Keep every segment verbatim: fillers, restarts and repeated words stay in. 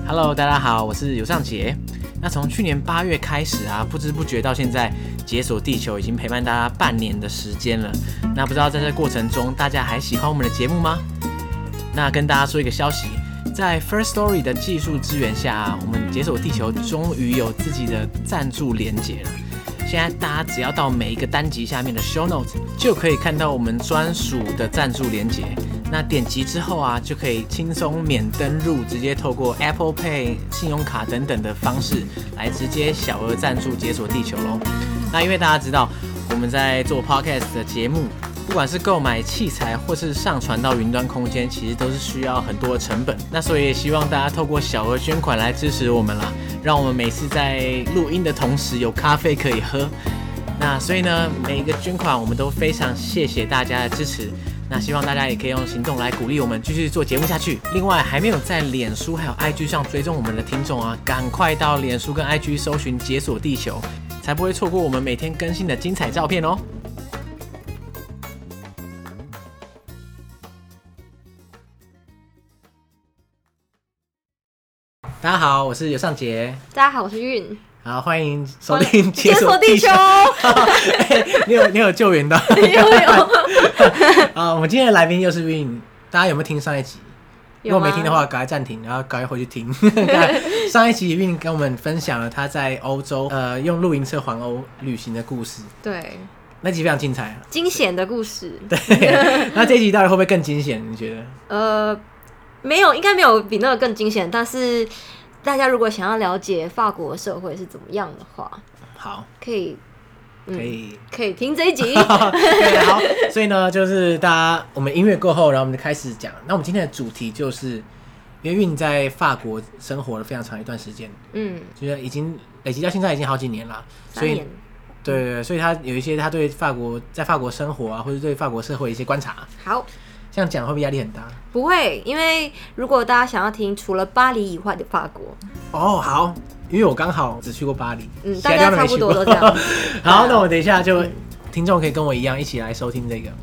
Hello， 大家好，我是尤尚杰。那从去年八月开始啊，不知不觉到现在，解锁地球已经陪伴大家半年的时间了。那不知道在这过程中，大家还喜欢我们的节目吗？那跟大家说一个消息，在 Firstory 的技术支援下啊，我们解锁地球终于有自己的赞助连结了。现在大家只要到每一个单集下面的 show notes， 就可以看到我们专属的赞助连结。那点击之后啊，就可以轻松免登入，直接透过 Apple Pay、信用卡等等的方式来直接小额赞助解锁地球咯。那因为大家知道我们在做 podcast 的节目，不管是购买器材或是上传到云端空间，其实都是需要很多的成本。那所以也希望大家透过小额捐款来支持我们啦，让我们每次在录音的同时有咖啡可以喝。那所以呢，每一个捐款我们都非常谢谢大家的支持。那希望大家也可以用行动来鼓励我们继续做节目下去。另外，还没有在脸书还有 I G 上追踪我们的听众啊，赶快到脸书跟 I G 搜寻解锁地球，才不会错过我们每天更新的精彩照片哦。大家好，我是尤尚杰。 大家好，我是韵。 好，欢迎收听解锁地球。欸、你有你有救援到？ 有有。 啊，我们今天的来宾又是韵，大家有没有听上一集？如果没听的话，赶快暂停，然后赶快回去听。上一集韵跟我们分享了他在欧洲呃用露营车环欧旅行的故事。 对， 那集非常精彩、啊， 惊险的故事。 对，那这一集到底会不会更惊险？你觉得？ 呃，没有，应该没有比那个更惊险，但是。大家如果想要了解法国社会是怎么样的话，好，可以，嗯、可以，可以听这一集。 对，好，所以呢，就是大家我们音乐过后，然后我们就开始讲。那我们今天的主题就是，因为韵在法国生活了非常长一段时间，嗯，就是已经累积到现在已经好几年了，所以，对对对，所以他有一些他对法国在法国生活啊，或者对法国社会的一些观察。 好。 这样讲会不会压力很大？ 不会，因为如果大家想要听除了巴黎以外的法国， 哦，好，因为我刚好只去过巴黎， 嗯，大家差不多都这样。 好，那我等一下就、嗯、听众可以跟我一样一起来收听这个。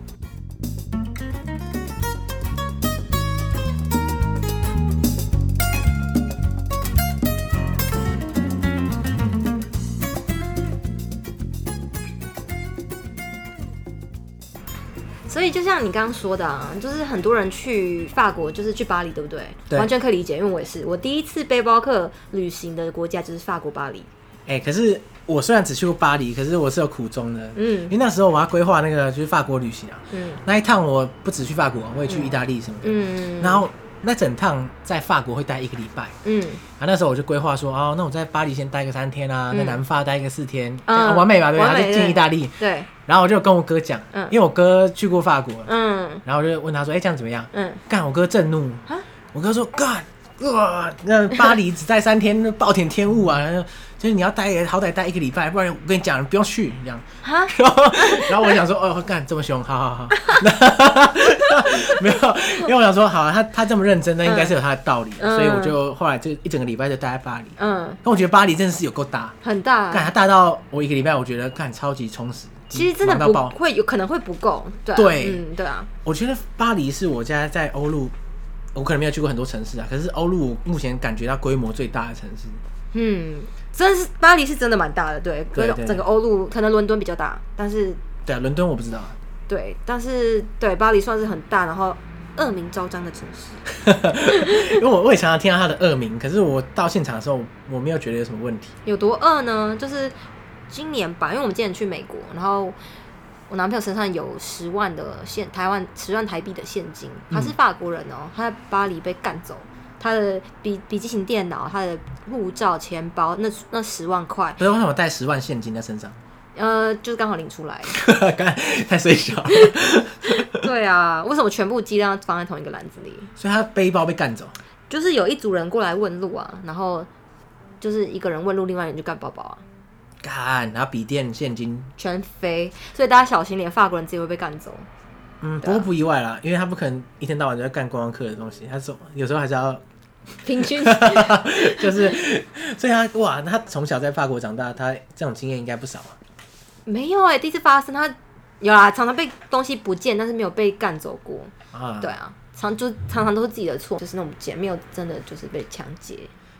所以就像你刚刚说的啊，就是很多人去法国就是去巴黎，对不对？ 对， 完全可以理解，因为我也是，我第一次背包客旅行的国家就是法国巴黎。 哎、欸，可是我虽然只去过巴黎，可是我是有苦衷的，嗯，因为那时候我要规划那个就是法国旅行啊，嗯，那一趟我不只去法国，我也去意大利什么的，嗯，然后那整趟在法国会待一个礼拜，嗯，然后那时候我就规划说，哦，那我在巴黎先待个三天啊，嗯、在南法待个四天，嗯，完美吧，对吧？就进意大利， 对。 然后我就跟我哥讲，嗯，因为我哥去过法国，嗯，然后我就问他说，哎、欸，这样怎么样？嗯，干，我哥震怒，我哥说，干，哇，那巴黎只待三天，暴殄天物啊！就是你要待，好歹待一个礼拜，不然我跟你讲，不用去这样。哈，然后，然后我想说，哦，干这么凶，好好好，没有，因为我想说，好、啊，他他这么认真，那应该是有他的道理，嗯、所以我就后来就一整个礼拜就待在巴黎。嗯，但我觉得巴黎真的是有够大， 很大， 干它大到我一个礼拜，我觉得干超级充实。 其实真的不会有可能会不够，对、啊、 对， 嗯，对啊。 我觉得巴黎是我家在欧陆，我可能没有去过很多城市啊，可是欧陆目前感觉到规模最大的城市。 嗯，真的是巴黎是真的蛮大的，对，对对，整个欧陆可能伦敦比较大，但是对啊，伦敦我不知道。 对，但是对巴黎算是很大，然后恶名昭彰的城市。 因为我我也常常听到他的恶名，可是我到现场的时候，我没有觉得有什么问题。 有多恶呢？就是今年吧，因为我们之前去美国，然后我男朋友身上有十万的现台湾十万台币的现金，他是法国人哦，他在巴黎被干走。他的笔笔记型电脑、他的护照、钱包，那那十万块， 不是为什么带十万现金在身上？ 呃，就是刚好领出来， 太水小了。 对啊，为什么全部鸡蛋放在同一个篮子里？ 所以他背包被干走， 就是有一组人过来问路啊，然后就是一个人问路，另外一人就干包包啊， 干，然后笔电、现金全飞，所以大家小心，连法国人自己会被干走。 嗯，不过不意外啦，因为他不可能一天到晚就在干观光客的东西，他有时候还是要。 平均就是，所以他哇，他从小在法国长大，他这种经验应该不少啊。 没有哎、欸，第一次发生他有啦，常常被东西不见，但是没有被干走过。啊，对啊，常就常常都是自己的错，就是那种捡，没有真的就是被抢劫。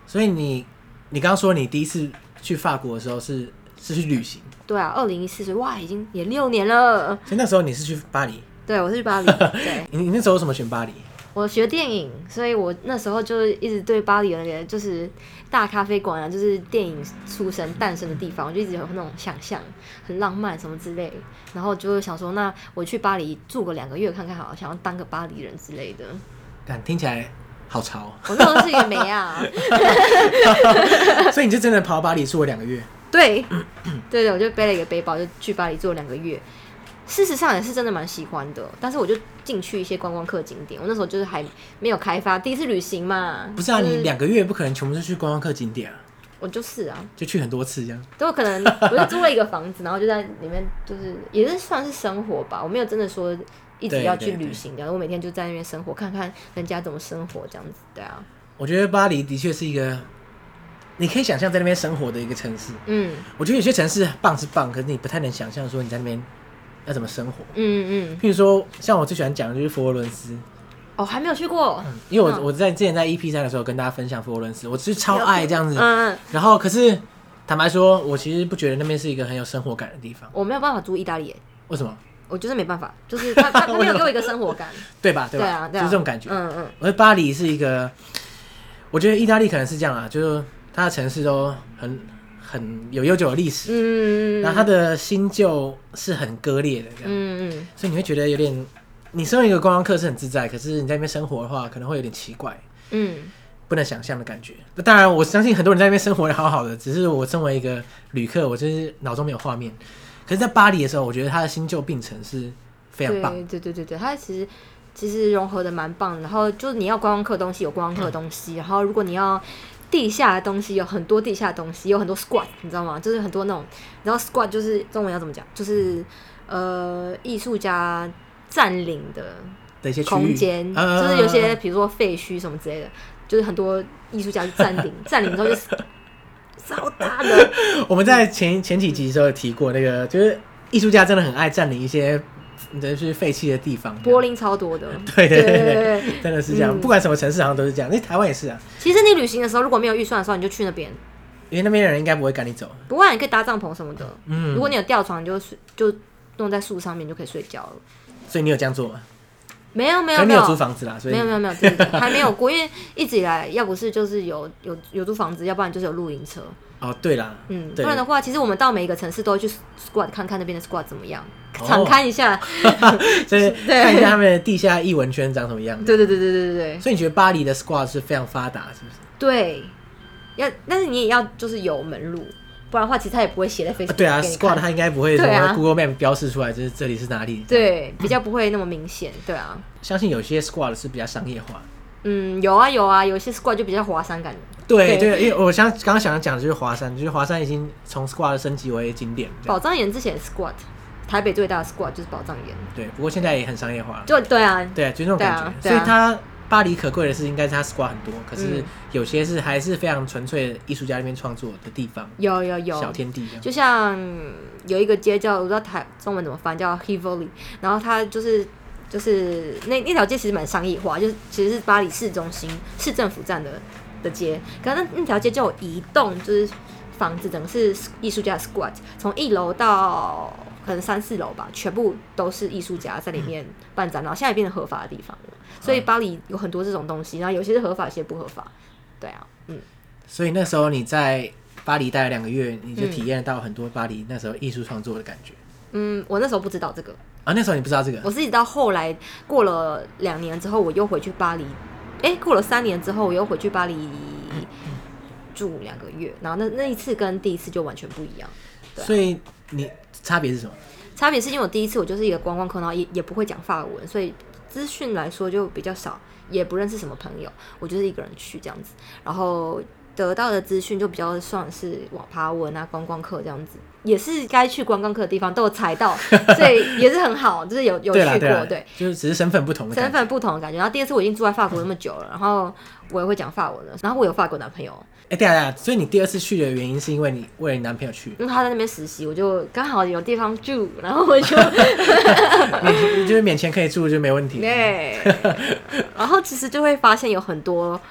所以你你刚刚说你第一次去法国的时候是是去旅行？ 对啊，二零一四，哇，已经也六年了。 所以那时候你是去巴黎？ 对，我是去巴黎。对， 你你那时候为什么选巴黎？ 我学电影，所以我那时候就一直对巴黎的那个就是大咖啡馆啊，就是电影出生诞生的地方，我就一直有那种想象，很浪漫什么之类。然后就想说，那我去巴黎住个两个月看看好了，想要当个巴黎人之类的。 但听起来好潮。 我那时候是一个梅啊。 所以你就真的跑到巴黎住了两个月？ 对，对对，我就背了一个背包，就去巴黎住了两个月。事实上也是真的蛮喜欢的，但是我就进去一些观光客景点。我那时候就是还没有开发，第一次旅行嘛。 不是啊， 就是、 你两个月不可能全部是去观光客景点啊。 我就是啊， 就去很多次这样。 都有可能，我就租了一个房子，然后就在里面，就是也是算是生活吧。我没有真的说一直要去旅行的，我每天就在那边生活，看看人家怎么生活这样子。对啊， 我觉得巴黎的确是一个。你可以想象在那边生活的一个城市，嗯，我觉得有些城市棒是棒，可是你不太能想象说你在那边要怎么生活，嗯嗯。譬如说，像我最喜欢讲的就是佛罗伦斯， 哦，还没有去过， 嗯、因为我、嗯、我在之前在 E P 三的时候跟大家分享佛罗伦斯，我就是超爱这样子，嗯嗯。然后可是坦白说，我其实不觉得那边是一个很有生活感的地方。 我没有办法住意大利耶， 为什么？ 我就是没办法，就是他他没有给我一个生活感， 对吧？对吧？ 对啊，对啊， 就是这种感觉。嗯嗯。 而巴黎是一个，我觉得意大利可能是这样啊，就是。它的城市都很很有悠久的历史，嗯，然后它的新旧是很割裂的，这样，嗯嗯，所以你会觉得有点，你身为一个观光客是很自在，可是你在那边生活的话，可能会有点奇怪，嗯，不能想象的感觉。当然，我相信很多人在那边生活的好好的，只是我身为一个旅客，我就是脑中没有画面。可是，在巴黎的时候，我觉得它的新旧并存是非常棒。 对对对对，它其实其实融合的蛮棒的。然后就是你要观光客的东西有观光客的东西，嗯、然后如果你要地下的东西有很多地下的东西，有很多 squat， 你知道吗？就是很多那种，然后 squat 就是中文要怎么讲？就是呃，艺术家占领的的一些空间，呃、就是有些比如说废墟什么之类的，就是很多艺术家占领，占领之后就是超大的。 我们在前前几集的时候有提过，那个就是艺术家真的很爱占领一些。就是废弃的地方， 柏林超多的， 对对 对, 对, 对, 对, 对，真的是这样、嗯。不管什么城市好像都是这样，那台湾也是啊。 其实你旅行的时候，如果没有预算的时候，你就去那边， 因为那边的人应该不会赶你走。 不过你可以搭帐篷什么的，嗯，如果你有吊床，你就就弄在树上面就可以睡觉了。 所以你有这样做吗？ 没有没有没有，你有租房子啦，所以没有没有没有，对对对还没有过，因为一直以来要不是就是有有有租房子，要不然就是有露营车。 哦，对啦， 嗯，不然的话，其实我们到每一个城市都会去 squat 看看那边的 squat 怎么样，敞开一下， 所以看一下他们的地下艺文圈长什么样。 对对对对对对。 所以你觉得巴黎的 squat 是非常发达，是不是？ 对，要，但是你也要就是有门路，不然的话，其实他也不会写在 Facebook、啊。 对啊 ，squat 他应该不会从 Google Map 标示出来，就是这里是哪里。 对，比较不会那么明显。对啊， 相信有些 squat 是比较商业化。 嗯，有啊有啊，有些 squat 就比较华山感。 对对，因为我刚刚想讲的就是华山，就是华山已经从 squat 升级为景点。 宝藏岩之前 squat， 台北最大的 squat 就是宝藏岩。 对，不过现在也很商业化。 就对啊， 对，就那种感觉。啊啊、所以它巴黎可贵的是，应该是它 squat 很多，可是有些是还是非常纯粹的艺术家那边创作的地方。 有有有， 小天地。就像有一个街叫，我不知道台中文怎么翻，叫 Rivoli， 然后它就是。就是那那条街其实蛮商业化，就是其实是巴黎市中心市政府站的的街，可是 那, 那条街就有移动，就是房子整个是艺术家的 squat， 从一楼到可能三四楼吧，全部都是艺术家在里面办展，然后现在变成合法的地方了。所以巴黎有很多这种东西，然后有些是合法，有些不合法。对啊，嗯。 所以那时候你在巴黎待了两个月，你就体验到很多巴黎那时候艺术创作的感觉。 嗯，我那时候不知道这个啊，那时候你不知道这个， 我是一直到后来过了两年之后，我又回去巴黎，哎、欸，过了三年之后，我又回去巴黎住两个月，然后那那一次跟第一次就完全不一样。啊、 所以你差别是什么？ 差别是因为我第一次我就是一个观光客，然后也也不会讲法文，所以资讯来说就比较少，也不认识什么朋友，我就是一个人去这样子，然后得到的资讯就比较算是网爬文啊，观光客这样子，也是该去观光客的地方都有踩到，所以也是很好，就是有有去过， 对, 对， 就是只是身份不同的感觉， 身份不同的感觉。然后第二次我已经住在法国那么久了，然后我也会讲法文了，然后我有法国男朋友。 哎、欸，对啊对啊，所以你第二次去的原因是因为你为了你男朋友去， 因为他在那边实习，我就刚好有地方住，然后我就你就是免钱可以住就没问题。 对，然后其实就会发现有很多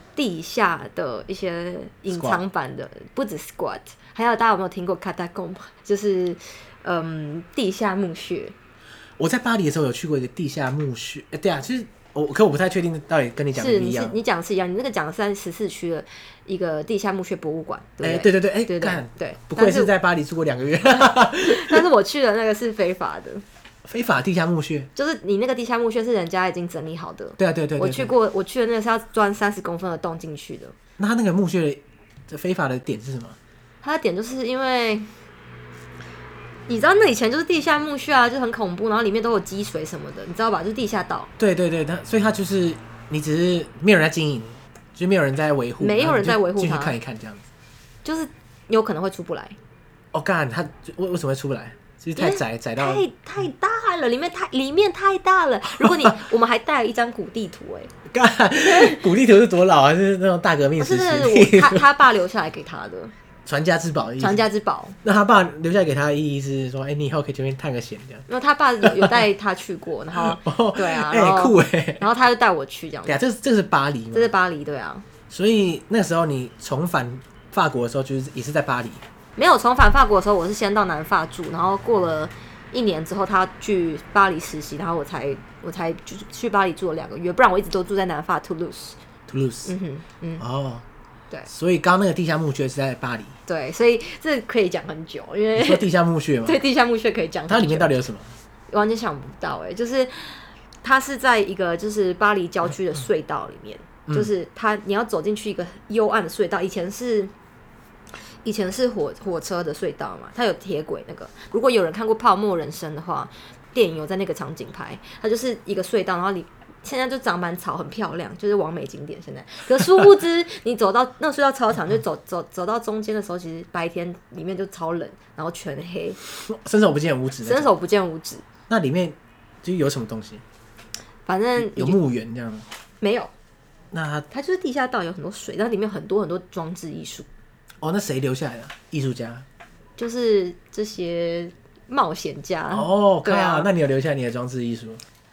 地下的一些隐藏版的，不止 squat， 还有大家有没有听过 catacomb， 就是嗯地下墓穴。 我在巴黎的时候有去过一个地下墓穴，欸、对啊，其实我可我不太确定到底跟你讲的一样。 是，你讲的是一样，你那个讲的是在十四区的一个地下墓穴博物馆，对不对？对对对，哎、欸， 对对对， 不愧是在巴黎住过两个月。 但是我去的那个是非法的。 非法地下墓穴， 就是你那个地下墓穴是人家已经整理好的。 对啊，对对对， 我去过，我去的那个是要钻三十公分的洞进去的。 那他那个墓穴的非法的点是什么？ 它的点就是因为你知道那以前就是地下墓穴啊，就很恐怖，然后里面都有积水什么的，你知道吧？就是地下道。 对对对，所以它就是你只是没有人在经营，就是没有人在维护， 没有人在维护它， 进去看一看这样子， 就是有可能会出不来。 哦，干，他为为什么会出不来？其实太窄，窄到太太大了，里面太里面太大了。如果你我们还带了一张古地图、欸，哎， 干，古地图是多老啊？是那种大革命时期， 是他他爸留下来给他的传家之宝的意思。 传家之宝。 那他爸留下来给他的意义是说，哎、欸，你以后可以这边探个险这样。 因为他爸有有带他去过，然后、哦、对啊， 哎、欸、酷哎、欸， 然后他就带我去这样子。 对啊，这这是巴黎吗？ 这是巴黎，对啊。 所以那时候你重返法国的时候，就是也是在巴黎。 没有重返法国的时候，我是先到南法住，然后过了一年之后，他去巴黎实习，然后我才我才就是去巴黎住了两个月，不然我一直都住在南法 Toulouse。 Toulouse， 嗯哼，嗯， 哦， 对， 所以刚刚那个地下墓穴是在巴黎。 对，所以这可以讲很久，因为你说地下墓穴吗？ 对，地下墓穴可以讲很久。 它里面到底有什么？ 完全想不到哎、欸，就是它是在一个就是巴黎郊区的隧道里面，嗯、就是它你要走进去一个幽暗的隧道，以前是。以前是火火车的隧道嘛，它有铁轨那个。如果有人看过《泡沫人生》的话，电影有在那个场景拍，它就是一个隧道，然后你现在就长满草，很漂亮，就是完美景点。现在，可殊不知你走到那个隧道超长，就走走走到中间的时候，其实白天里面就超冷，然后全黑， 伸手不见五指， 伸手不见五指。 那里面就有什么东西？ 反正有墓园这样吗？ 没有。 那它它就是地下道，有很多水，然后里面很多很多装置艺术。 哦，那谁留下来的？艺术家， 就是这些冒险家。 哦， 对啊， 那你有留下你的装置艺术？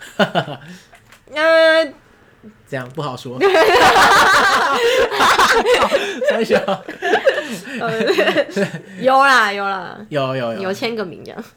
呃， 这样不好说。三小， 有啦有啦， 有有有有签个名这样。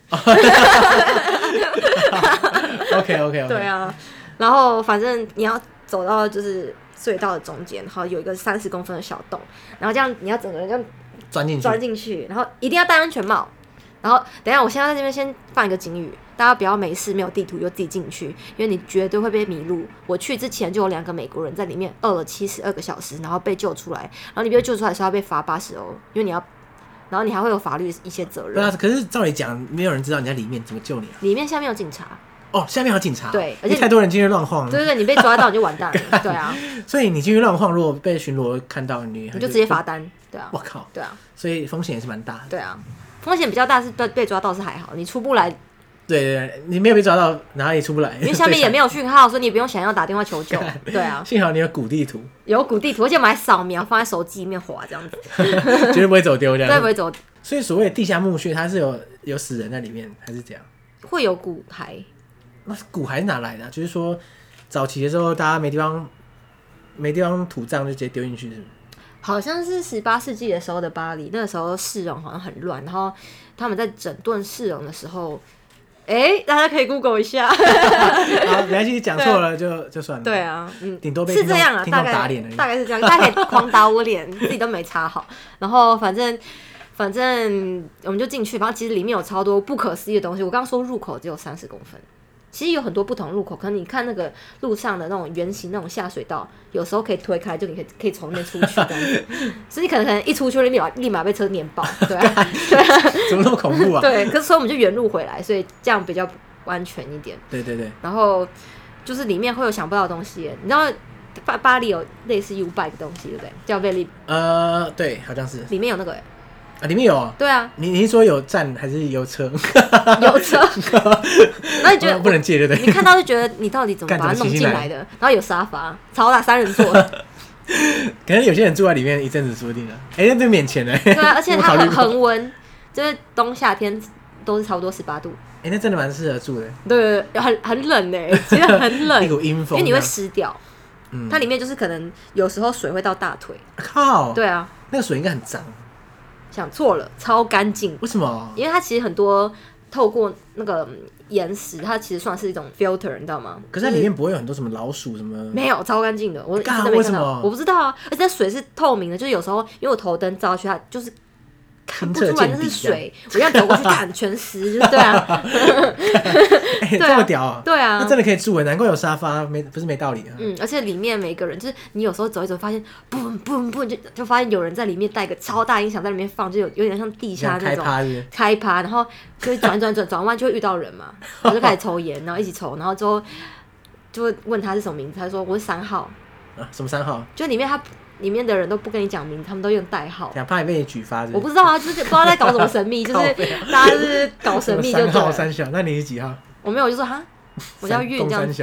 OK OK OK。 对啊，然后反正你要走到就是隧道的中间，然后有一个三十公分的小洞，然后这样你要整个人这样钻进去， 钻进去，然后一定要戴安全帽。然后等一下，我现在在这边先放一个警语，大家不要没事没有地图就自己进去，因为你绝对会被迷路。我去之前就有两个美国人在里面饿了七十二个小时，然后被救出来，然后你被救出来的时候要被罚八十欧，因为你要，然后你还会有法律一些责任。 对啊，可是照理讲，没有人知道你在里面怎么救你啊？ 里面下面有警察。 哦，下面有警察。 对，而且太多人进去乱晃了。 对对对，你被抓到你就完蛋了。对啊。 所以你进去乱晃，如果被巡逻看到你， 你就直接罚单。对啊。 我靠。 对啊。 所以风险也是蛮大的。 对啊。风险比较大是被被抓到是还好，你出不来。 对对对，你没有被抓到，然后也出不来， 因为下面也没有讯号，所以你不用想要打电话求救。对啊， 幸好你有古地图， 有古地图，而且我们还扫描放在手机里面滑这样子， 绝对不会走丢这样， 对，不会走。 所以所谓的地下墓穴，它是有有死人在里面，还是怎样？ 会有骨骸。 那骨骸哪来的、啊？就是说早期的时候，大家没地方没地方土葬，就直接丢进去，是不是？ 好像是十八世纪的时候的巴黎，那个时候市容好像很乱，然后他们在整顿市容的时候，哎、欸，大家可以 Google 一下。 好，没关系，讲错了就就算了。 对啊，嗯， 顶多被是这样啊，大概打脸而已， 大概是这样，大家可以狂打我脸，自己都没插好。然后反正反正我们就进去，然后其实里面有超多不可思议的东西。我刚刚说入口只有三十公分。其实有很多不同入口，可能你看那个路上的那种圆形那种下水道，有时候可以推开，就你可以可以从那边出去这样子，所以你可能可能一出去立马立马被车碾爆，对啊，对啊， 怎么那么恐怖啊？ 对，可是所以我们就原路回来，所以这样比较安全一点。 对对对。然后就是里面会有想不到的东西，你知道巴巴黎有类似 U-Bike 的东西，对不对？叫 Vélib。 呃，对，好像是。 里面有那个、欸。 啊，里面有啊。 对啊。 你你是说有站还是有车？ 有车。那你觉得不能借对不对？ 你看到就觉得你到底怎么把它弄进来的？然后有沙发，超大三人座。 可能有些人住在里面一阵子说不定了。哎、欸，那免钱了。 对啊，而且它很恒温，就是冬夏天都是差不多十八度。 哎、欸，那真的蛮适合住的。 对，很很冷哎，其实很冷， 一股阴风， 因为你会湿掉。 嗯，它里面就是可能有时候水会到大腿。 靠！ 对啊， 那个水应该很脏。 想错了，超干净。 为什么？ 因为它其实很多透过那个岩石，它其实算是一种 filter， 你知道吗？ 可是它里面不会有很多什么老鼠什么？ 没有，超干净的。我一直没看到， 我不知道啊。而且水是透明的，就是有时候因为我头灯照下去，它就是看不出来那是水。我要走过去看，全湿，就对啊。 欸、这么屌啊！ 对啊， 那真的可以住诶，难怪有沙发，没不是没道理啊。 嗯，而且里面每个人就是你有时候走一走，发现嘣嘣嘣，就就发现有人在里面带个超大音响在里面放，就有有点像地下那种开趴是开趴，然后就转转转转弯就会遇到人嘛，然后就开始抽烟，然后一起抽，然后之后就会问他是什么名字，他说我是三号啊，什么三号？ 就里面他。里面的人都不跟你讲名字，他们都用代号， 想怕你被你举发。 我不知道啊，就是不知道在搞什么神秘，就是大家就是搞神秘就对了。 三号三小，那你是几号？ 我没有，我就说哈，我叫韵这样子。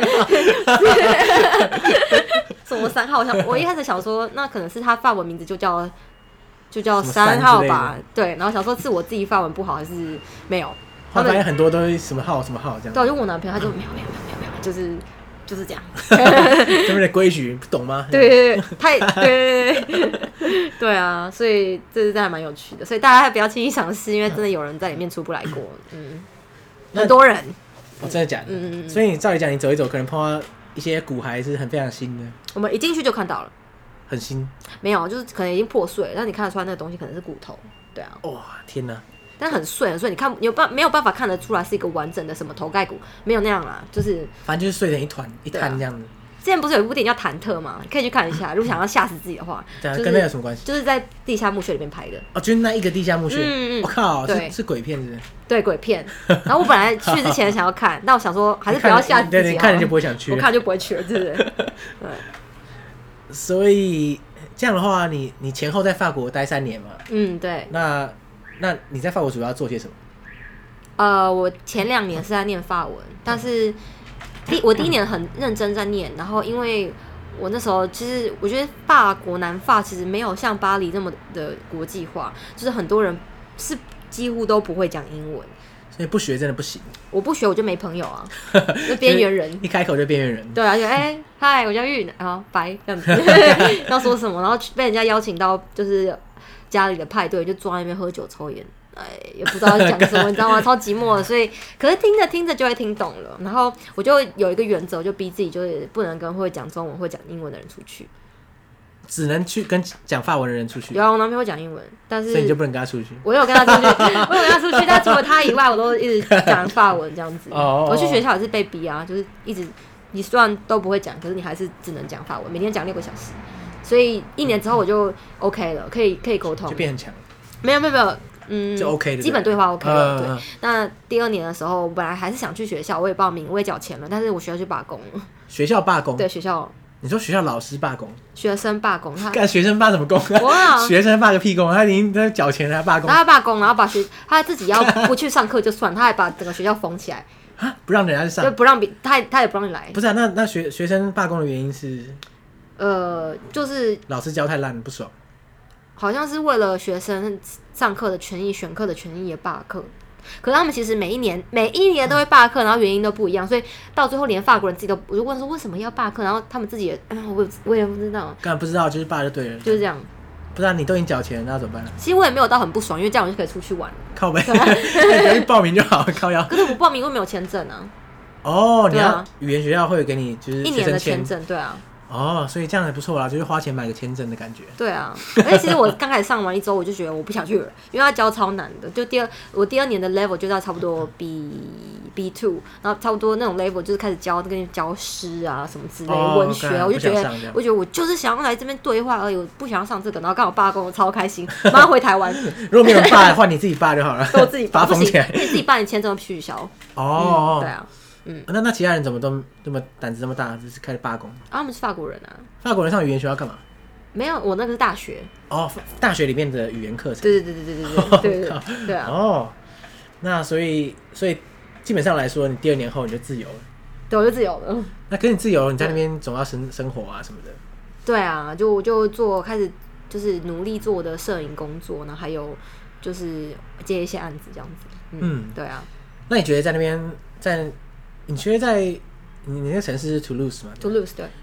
什么三号？我想我一开始想说，那可能是他法文名字就叫就叫三号吧，对。然后想说是我自己法文不好还是没有？ 他们发现很多都是什么号什么号这样。 对，就我男朋友他就没有没有没有没有，就是。就是这样， 这边的规矩不懂吗？ 对对对，太对对对对啊，所以这是真的还蛮有趣的，所以大家不要轻易尝试，因为真的有人在里面出不来过，嗯，很多人， 哦，真的假的？ 嗯嗯嗯。 所以你照理讲，你走一走，可能碰到一些骨骸是很非常新的。 我们一进去就看到了， 很新。 没有，就是可能已经破碎，但你看得出来那个东西可能是骨头，对啊。 哇，天哪！ 但很碎很碎，你看你有办没有办法看得出来是一个完整的什么头盖骨，没有那样啦，就是反正就是碎成一团一滩这样子。 之前不是有一部电影叫《忐忑》吗？可以去看一下，如果想要吓死自己的话。 对啊， 就是、 跟那有什么关系？ 就是在地下墓穴里面拍的。 哦，就是那一个地下墓穴。 嗯嗯。 我、哦、靠， 对， 是是鬼片是不是？ 对，鬼片。然后我本来去之前想要看，但我想说还是不要吓死自己。 对对，看了就不会想去。 我看就不会去了，是不是？对。 所以这样的话，你你前后在法国待三年嘛？ 嗯，对。 那那你在法国主要做些什么？ 呃，我前两年是在念法文，但是第我第一年很认真在念，然后因为我那时候其实我觉得法国南法其实没有像巴黎那么的国际化，就是很多人是几乎都不会讲英文， 所以不学真的不行。 我不学我就没朋友啊，就边缘人， 一开口就边缘人。 对啊，就哎嗨，我叫玉，然后拜这样子，要说什么，然后被人家邀请到就是家里的派对，就坐在那边喝酒抽烟。哎，也不知道讲什么，你知道吗？超寂寞的，所以可是听着听着就会听懂了。然后我就有一个原则，就逼自己，就是不能跟会讲中文、会讲英文的人出去， 只能去跟讲法文的人出去。 有啊，我男朋友会讲英文，但是所以你就不能跟他出去。 我有跟他出去，我有跟他出去，但除了他以外，我都一直讲法文这样子。 哦， 我去学校也是被逼啊，就是一直你虽然都不会讲，可是你还是只能讲法文，每天讲六个小时。所以一年之后我就 OK 了，可以可以沟通， 就变很强。 没有没有没有。嗯， 就 OK 的， 基本对话 OK 了。 嗯、 对，那第二年的时候，我本来还是想去学校，我也报名，我也缴钱了，但是我学校去罢工了。 学校罢工？ 对，学校。 你说学校老师罢工？ 学生罢工，他干学生罢什么工？ 哇！ 学生罢个屁工！他已经在缴钱了，还罢工。 然后他罢工，然后把学他自己要不去上课就算，他还把整个学校封起来， 啊，不让人家去上， 就不让别他他也不让你来。 不是啊，那那学学生罢工的原因是？ 呃，就是老师教太烂，不爽。 好像是为了学生上课的权益、选课的权益而罢课，可是他们其实每一年每一年都会罢课，然后原因都不一样，所以到最后连法国人自己都我就问说为什么要罢课，然后他们自己也、嗯、我我也不知道， 根本不知道，就是罢就对了， 就是这样。 不知道你都已经缴钱，那怎么办？ 其实我也没有到很不爽，因为这样我就可以出去玩。 靠北，你去报名就好，靠腰。 可是我报名又没有签证啊。 哦，你要语言学校会给你就是一年的签证，对啊。 哦，所以这样还不错啦，就是花钱买个签证的感觉。 对啊，而且其实我刚开始上完一周，我就觉得我不想去了，因为他教超难的。就第二，我第二年的 level 就到差不多 B B two， 然后差不多那种 level 就是开始教跟你教诗啊什么之类、哦、文学，我就觉得，我觉得我就是想要来这边对话而已，我不想要上这个。然后刚好罢工，我超开心，马上回台湾。 如果没有人罢，换你自己罢就好了。 我自己罢， 封起来， 你自己罢，你签证取消。 哦、 嗯，对啊。嗯， 那那其他人怎么都这么胆子这么大，就是开始罢工？ 啊，他们是法国人啊。 法国人上语言学校干嘛？ 没有，我那个是大学。 哦，大学里面的语言课程。 对对对对对对对对对对啊。 哦，那所以所以基本上来说，你第二年后你就自由了。 对，我就自由了。 那跟你自由，你在那边总要生生活啊什么的。 对啊，就就做开始就是努力做的摄影工作，然后还有就是接一些案子这样子。嗯，嗯对啊。 那你觉得在那边在？你觉得在你你那个城市是 Toulouse 吗 ？Toulouse 对。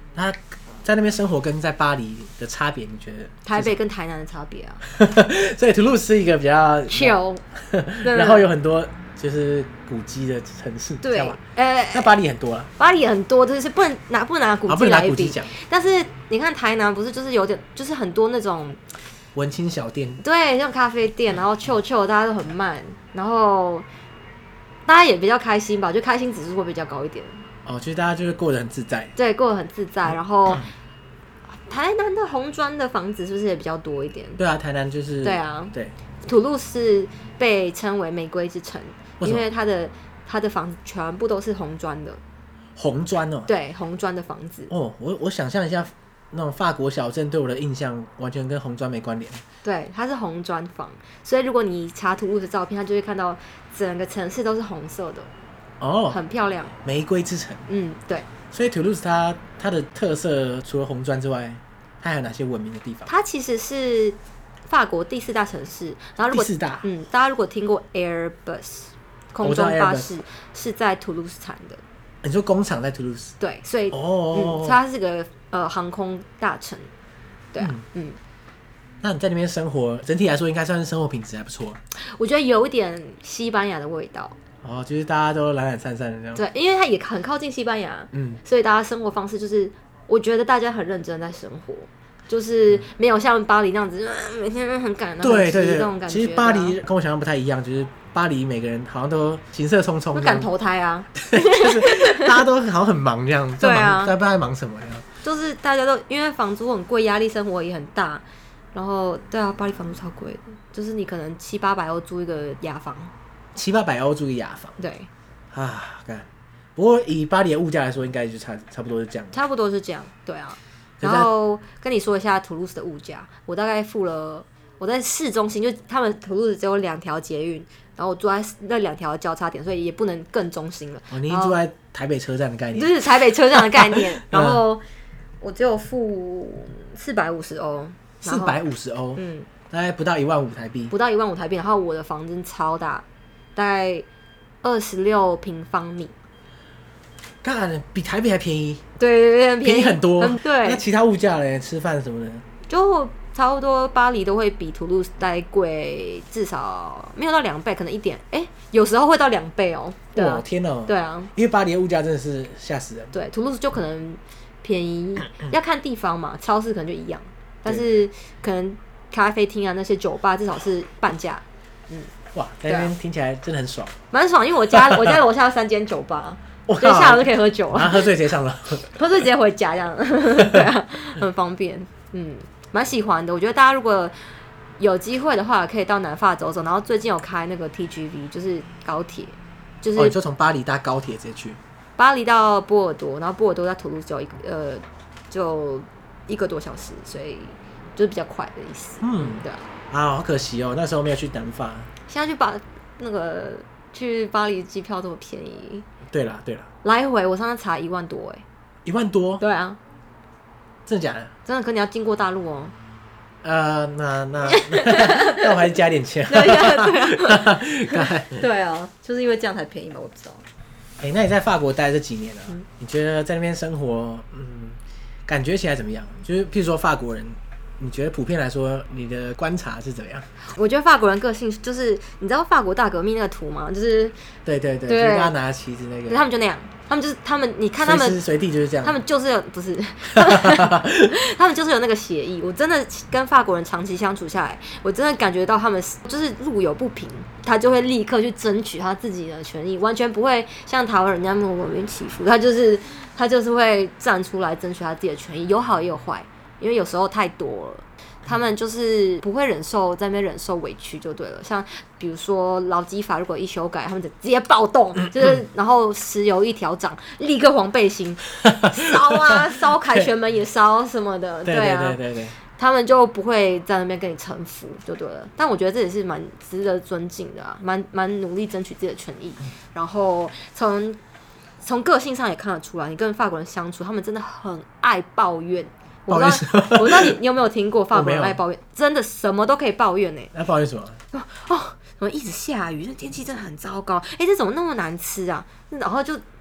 他在那边生活跟在巴黎的差别，你觉得？ 台北跟台南的差别啊。 所以 Toulouse 是一个比较 chill， 然后有很多就是古迹的城市， 对， 呃，那巴黎很多了， 巴黎很多，就是不能拿不能拿古迹来比。 讲、啊， 但是你看台南不是就是有点，就是很多那种文青小店， 对，像咖啡店，然后 chill chill， 大家都很慢，然后大家也比较开心吧，就开心指数会比较高一点。 哦，其实大家就是过得很自在， 对，过得很自在。然后、嗯、台南的红砖的房子是不是也比较多一点？ 对啊，台南就是对啊， 对。 土路是被称为玫瑰之城，因为它的它的房子全部都是红砖的。 红砖哦。 对，红砖的房子。 哦，我我想象一下，那种法国小镇对我的印象完全跟红砖没关联。 对，它是红砖房，所以如果你查土路的照片，它就会看到整个城市都是红色的。哦，很漂亮， 玫瑰之城。 嗯，对。 所以 Toulouse 它它的特色除了红砖之外，它还有哪些闻名的地方？ 它其实是法国第四大城市。然后如果第四大， 嗯，大家如果听过 Airbus 空中巴士，是在 Toulouse 产的。 你说工厂在 Toulouse？ 对，所以哦、嗯，所以它是个呃航空大城。对啊，嗯。嗯， 那你在那边生活，整体来说应该算是生活品质还不错。 我觉得有一点西班牙的味道。 哦，就是大家都懒懒散散的这样。 对，因为它也很靠近西班牙，嗯，所以大家生活方式就是，我觉得大家很认真在生活，就是没有像巴黎那样子，嗯、每天很赶， 对对对， 那种感觉。 其实巴黎跟我想象不太一样，就是巴黎每个人好像都行色匆匆， 都赶投胎啊， 就是大家都好像很忙这样，对啊，在不知道在忙什么呀。 就是大家都因为房租很贵，压力生活也很大，然后对啊，巴黎房租超贵的，就是你可能七八百欧租一个雅房。 七八百欧住一个雅房， 对啊，干。不过以巴黎的物价来说，应该就差差不多是这样， 差不多是这样，对啊。然后跟你说一下图卢斯的物价，我大概付了，我在市中心，就他们图卢斯只有两条捷运，然后我住在那两条交叉点，所以也不能更中心了。 哦，你住在台北车站的概念， 就是台北车站的概念。然后我只有付四百五十欧， 四百五十欧，嗯，大概不到一万五台币， 不到一万五台币。然后我的房子超大。大概二十六平方米， 干比台北还便宜， 对对对， 便宜很多。 嗯、对， 那其他物价嘞，吃饭什么的， 就差不多巴黎都会比图卢斯再贵，至少没有到两倍，可能一点，哎、欸，有时候会到两倍哦、喔。对啊， 天哪！ 对啊， 因为巴黎的物价真的是吓死人。 对，图卢斯就可能便宜，要看地方嘛，超市可能就一样，但是可能咖啡厅啊那些酒吧至少是半价，嗯。 哇，在那边听起来真的很爽， 蛮、啊、爽，因为我家我家楼下有三间酒吧，所以下午就可以喝酒了， 然后喝醉直接上楼， 喝醉直接回家这样，对啊，很方便，嗯，蛮喜欢的。我觉得大家如果有机会的话，可以到南法走走。然后最近有开那个 T G V， 就是高铁，就是、 哦、你就从巴黎搭高铁直接去， 巴黎到波尔多，然后波尔多在图卢斯就一个呃就一个多小时，所以就是比较快的意思，嗯，对啊。 啊，好可惜哦，那时候没有去南法。 现在去把那个去巴黎机票这么便宜。 对啦对啦， 来回我上次查一万多哎、欸。 一万多？ 对啊。 真的假的？ 真的，可你要经过大陆哦。 呃，那那那我还是加点钱。 对啊，对啊，就是因为这样才便宜嘛，我不知道。 哎、欸，那你在法国待这几年啊、嗯？你觉得在那边生活，嗯，感觉起来怎么样？就是譬如说法国人。你觉得普遍来说，你的观察是怎么样？ 我觉得法国人个性就是，你知道法国大革命那个图吗？就是对对对，就是大家拿旗子那个， 他们就那样，他们就是他们，你看他们随时随地就是这样， 他们就是有不是，他们就是有那个协议。我真的跟法国人长期相处下来，我真的感觉到他们就是路有不平，他就会立刻去争取他自己的权益，完全不会像台湾人家那么莫名其妙，他就是他就是会站出来争取他自己的权益，有好也有坏。因为有时候太多了，他们就是不会忍受在那边忍受委屈就对了。像比如说劳基法如果一修改，他们就直接暴动，就是然后石油一条涨，立刻黄背心烧啊，烧凯旋门也烧什么的，对啊，对对对对，他们就不会在那边跟你臣服就对了。但我觉得这也是蛮值得尊敬的啊，蛮蛮努力争取自己的权益。然后从从个性上也看得出来，你跟法国人相处，他们真的很爱抱怨。我不知道，我不知道你你有没有听过法国人爱抱怨，真的什么都可以抱怨呢、欸。 那抱怨什么？ 哦，怎么一直下雨？这天气真的很糟糕。哎、欸，这怎么那么难吃啊？然后就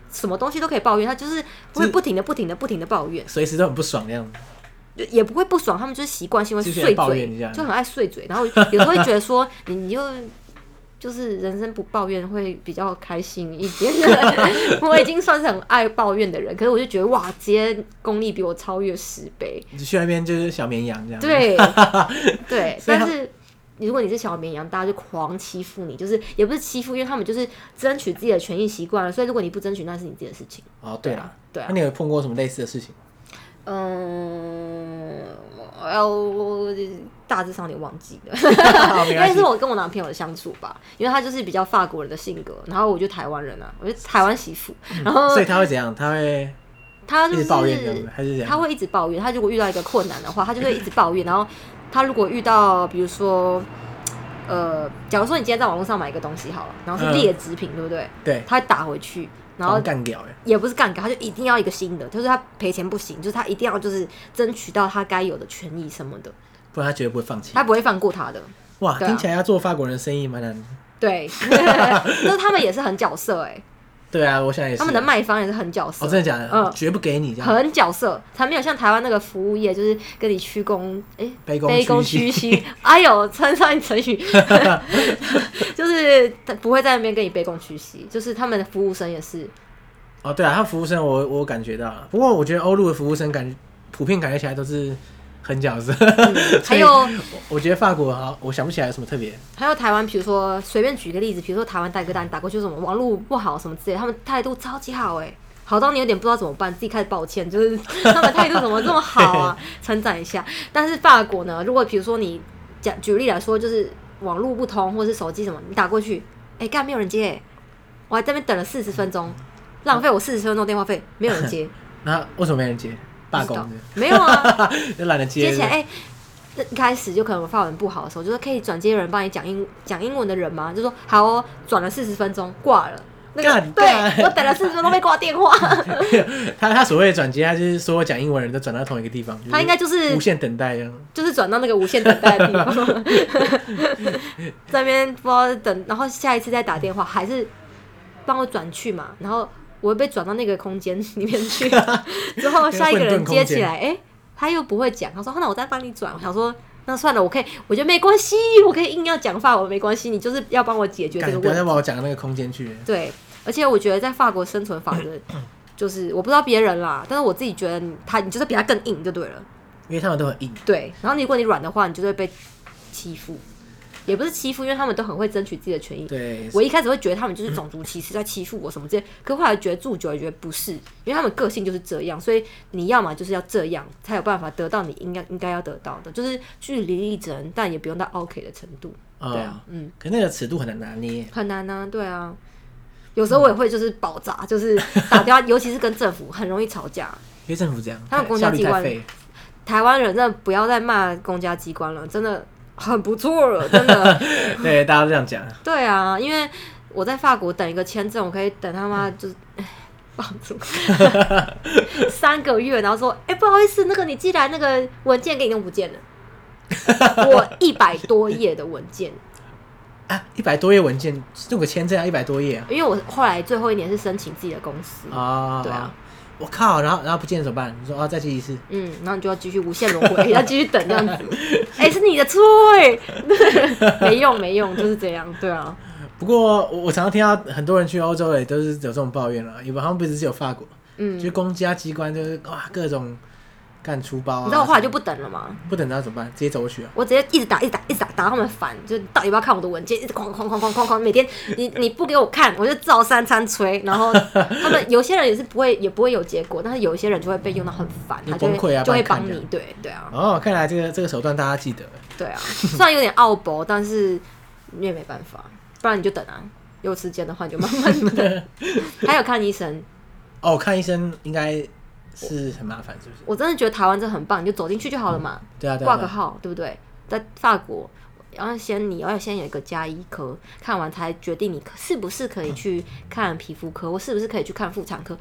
什么东西都可以抱怨，他就是会不停的、不停的、不停的抱怨， 随时都很不爽那样子。 也不会不爽，他们就是习惯性会碎嘴，就很爱碎嘴，然后有时候会觉得说你你就就是人生不抱怨会比较开心一点。我已经算是很爱抱怨的人，可是我就觉得哇，直接功力比我超越十倍。 你去那边就是小绵羊这样。 对对，但是如果你是小绵羊，大家就狂欺负你，就是也不是欺负，因为他们就是争取自己的权益习惯了，所以如果你不争取，那是你自己的事情。 哦，对了， 对啊。 那你有碰过什么类似的事情？ 嗯，我大致上有点忘记了，应该是我跟我男朋友的相处吧，因为他就是比较法国人的性格，然后我就台湾人啊，我就台湾媳妇，然后所以他会怎样？他会他就是一直抱怨这样子，还是怎样？ 他会一直抱怨，他如果遇到一个困难的话，他就会一直抱怨，然后他如果遇到比如说。呃，假如说你今天在网络上买一个东西好了，然后是劣质品，嗯、对不对？ 对， 他会打回去，然后干掉， 也不是干掉，他就一定要一个新的，就是他赔钱不行，就是他一定要就是争取到他该有的权益什么的， 不然他绝对不会放弃， 他不会放过他的。 哇， 啊、 听起来要做法国人的生意蛮难的。 对，就是他们也是很角色哎、欸。 对啊，我想也是。 他们的卖方也是很角色， 哦，真的假的？嗯，绝不给你这样。 很角色，才没有像台湾那个服务业，就是跟你鞠躬，哎、欸， 卑躬屈膝。哎呦，称上成语，就是不会在那边跟你卑躬屈膝，就是他们的服务生也是。 哦，对啊，他服务生我我感觉到了，不过我觉得欧陆的服务生感觉普遍感觉起来都是。很角色、嗯， 还有， 我觉得法国好，我想不起来有什么特别。 还有台湾，比如说随便举个例子，比如说台湾代歌单打过去，什么网络不好什么之类的，他们态度超级好哎、欸，好到你有点不知道怎么办，自己开始抱歉，就是他们态度怎么这么好啊，称赞一下。但是法国呢，如果比如说你讲举例来说，就是网络不通或是手机什么，你打过去，哎、欸，干没有人接、欸，我还在那边等了四十分钟，浪费我四十分钟电话费，没有人接。 那为什么没人接？罢工的没有啊， 就懒得接。 接起来，哎、欸，一开始就可能我法文不好的时候，就说可以转接人帮你讲英讲英文的人吗？就说好哦，转了四十分钟挂了。那个对我等了四十分钟被挂电话。 他他所谓的转接，他就是所有讲英文人都转到同一个地方，就是、 他应该就是无限等待这样， 就是转到那个无限等待的地方，在那边不知道等，然后下一次再打电话，还是帮我转去嘛，然后。我会被转到那个空间里面去，之后下一个人接起来，哎、欸，他又不会讲，他说：“那我再帮你转。”我想说，那算了，我可以，我觉得没关系，我可以硬要讲法文，没关系，你就是要帮我解决这个问题。 不要再把我讲到那个空间去。 对，而且我觉得在法国生存法则就是我不知道别人啦，但是我自己觉得他，你就是比他更硬就对了， 因为他们都很硬。 对，然后如果你软的话，你就会被欺负。也不是欺负，因为他们都很会争取自己的权益。 对， 我一开始会觉得他们就是种族歧视在欺负我什么之类，可后来觉得住久了觉得不是，因为他们个性就是这样，所以你要嘛就是要这样，才有办法得到你应该应该要得到的，就是据理力争，但也不用到 OK 的程度。 嗯、 对啊，嗯， 可那个尺度很难拿捏， 很难啊，对啊。有时候我也会就是爆炸，就是打电话，尤其是跟政府很容易吵架。 因为政府这样， 他们公家机关，台湾人真的不要再骂公家机关了，真的。很不错了，真的。 对，大家都这样讲。 对啊，因为我在法国等一个签证，我可以等他妈就是绑住三个月，然后说，哎、欸，不好意思，那个你寄来那个文件给你弄不见了。我一百多页的文件啊，一百多页文件，弄个签证要一百多页啊。 因为我后来最后一年是申请自己的公司啊，对啊。 我靠，然后然后不见怎么办？你说啊，再寄一次， 嗯，然后你就要继续无限轮回，要继续等这样子。哎、欸，是你的错哎，没用没用，就是这样，对啊。 不过我我常常听到很多人去欧洲也都是有这种抱怨啦，因为好像不是只有法国，嗯，就公家机关就是哇各种干粗包啊。 你知道我后来就不等了吗？ 不等他怎么办？直接走过去啊！ 我直接一直打一直打一直打，打到他们烦，就到底要不要看我的文件，一直哐哐哐哐哐哐，每天你你不给我看，我就照三餐催。然后他们有些人也是不会也不会有结果，但是有一些人就会被用到很烦，他就会、啊、就会帮你，对对啊。 哦，看来这个这个手段大家记得。 对啊，虽然有点傲薄，但是你也没办法，不然你就等啊。有时间的话你就慢慢等。还有看医生。 哦，看医生应该是很麻烦，是不是？ 我真的觉得台湾真的很棒，你就走进去就好了嘛。 嗯、对啊，对啊， 挂个号，对不对？在法国，然后先你要先有一个家医科，看完才决定你是不是可以去看皮肤科，或是不是可以去看妇产科。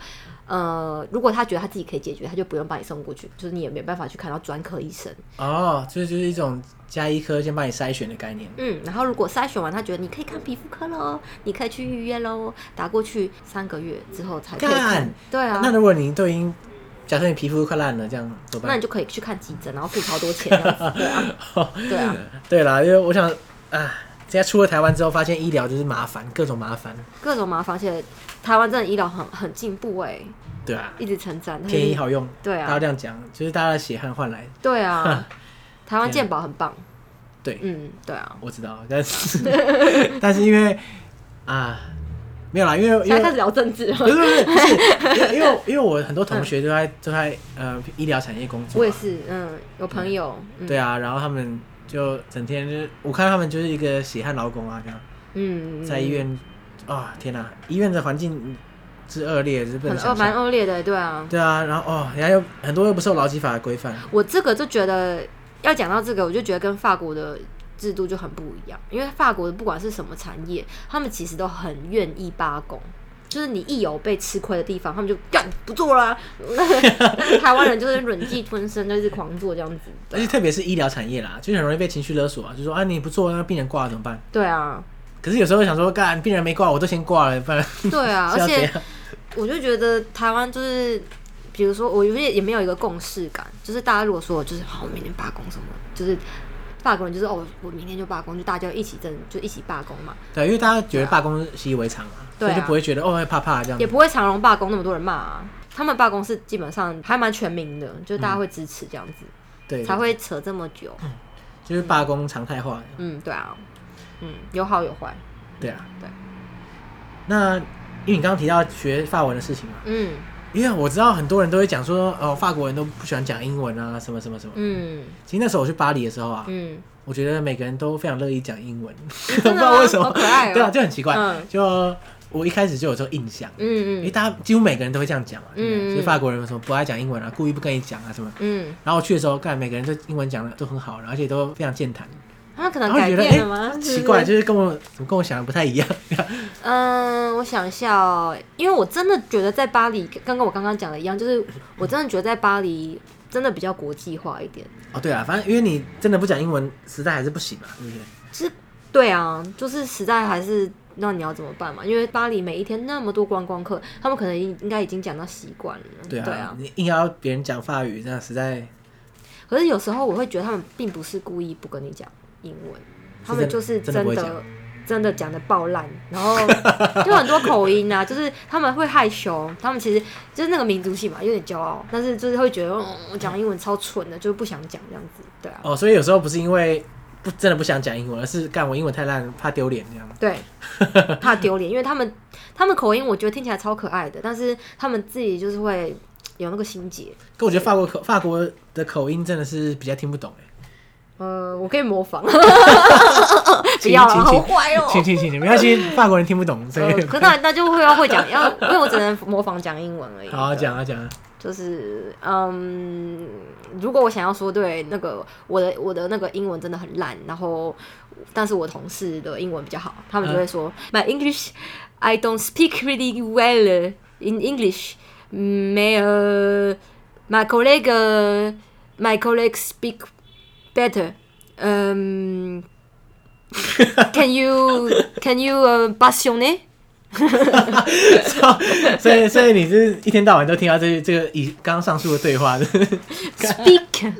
呃，如果他觉得他自己可以解决，他就不用把你送过去，就是你也没办法去看到专科医生。 哦，这就是一种加医科先帮你筛选的概念。 嗯，然后如果筛选完，他觉得你可以看皮肤科喽，你可以去预约喽，打过去三个月之后才可以看。对啊。 那如果你都已经，假设你皮肤快烂了，这样怎么办？ 那你就可以去看急诊，然后付超多钱这样子。对啊。对啊。 对啦，因为我想啊。现在出了台湾之后，发现医疗就是麻烦，各种麻烦， 各种麻烦，而且台湾真的医疗很很进步哎。 对啊， 一直称赞， 便宜好用。 对啊， 大家这样讲，就是大家的血汗换来。 对啊，台湾健保很棒。 对， 嗯，对啊， 我知道，但是但是因为啊，没有啦，因为现在开始聊政治了。 不是不是不是，因为因为我很多同学都在、嗯、都在呃医疗产业工作。 我也是，嗯，有朋友。 嗯、对啊，然后他们。就整天就是我看他们就是一个血汗劳工啊，这样，嗯，在医院，啊、哦、天哪、啊，医院的环境之恶劣，是不能想象， 蛮恶劣的，对啊， 对啊，然后哦，人家又很多又不受劳基法的规范。 我这个就觉得要讲到这个，我就觉得跟法国的制度就很不一样，因为法国的不管是什么产业，他们其实都很愿意罢工。就是你一有被吃亏的地方，他们就干不做啦、啊。但是台湾人就是忍气吞声，就是狂做这样子。 而且特别是医疗产业啦，就很容易被情绪勒索啊，就说啊你不做，那病人挂了怎么办？ 对啊。 可是有时候想说，干病人没挂，我都先挂了，不然。 对啊，而且我就觉得台湾就是，比如说我有些也没有一个共识感，就是大家如果说就是好，我明天罢工什么，就是。法国人就是哦，我明天就罢工，就大家一起真就一起罢工嘛。 对，因为大家觉得罢工习以为常啊，所以就不会觉得哦会怕怕这样。 也不会长荣罢工那么多人骂啊，他们罢工是基本上还蛮全民的，就是大家会支持这样子，对、嗯，才会扯这么久。 嗯、就是罢工常态化。 嗯，对啊，嗯，有好有坏。 对啊， 对。 那因为你刚刚提到学法文的事情嘛， 嗯。 因为我知道很多人都会讲说，哦，法国人都不喜欢讲英文啊，什么什么什么。嗯，其实那时候我去巴黎的时候啊，嗯，我觉得每个人都非常乐意讲英文，我不知道为什么， 好可爱哦。 对啊，就很奇怪。嗯、就我一开始就有这个印象，嗯嗯，因为大家几乎每个人都会这样讲嘛，嗯，所以法国人什么不爱讲英文啊，故意不跟你讲啊什么，嗯，然后我去的时候，看每个人都英文讲的都很好，而且都非常健谈。 他可能改变了吗？ 欸、奇怪，就是跟我怎么跟我想的不太一样。 嗯，我想一下哦，因为我真的觉得在巴黎，跟跟我刚刚讲的一样，就是我真的觉得在巴黎真的比较国际化一点。 哦，对啊，反正因为你真的不讲英文，实在还是不行嘛，对不对？ 是，对啊，就是实在还是那你要怎么办嘛？因为巴黎每一天那么多观光客，他们可能应该已经讲到习惯了。 对啊，对啊，你硬要别人讲法语，这样实在。 可是有时候我会觉得他们并不是故意不跟你讲英文，他们就是真的真的讲的爆烂，然后就很多口音啊，就是他们会害羞，他们其实就是那个民族性嘛，有点骄傲，但是就是会觉得嗯，我讲英文超蠢的，就是不想讲这样子，对啊。 哦，所以有时候不是因为不真的不想讲英文，而是干我英文太烂，怕丢脸这样。 对，怕丢脸，因为他们他们口音我觉得听起来超可爱的，但是他们自己就是会有那个心结。 可我觉得法国口法国的口音真的是比较听不懂哎。 呃，我可以模仿，不要了，好坏哦！ 请请请，没关系，法国人听不懂，所以、呃、 可那那就会要会讲，要因为我只能模仿讲英文而已。 好啊，讲啊讲啊， 就是嗯，如果我想要说对那个我的我的那个英文真的很烂，然后但是我同事的英文比较好，他们就会说、嗯、My English I don't speak really well in English. Mais uh, my colleague my colleague speak better. Um, can you can you uh, passionner? 所以所以你是一天到晚都听到这这个以刚刚上述的对话的 speak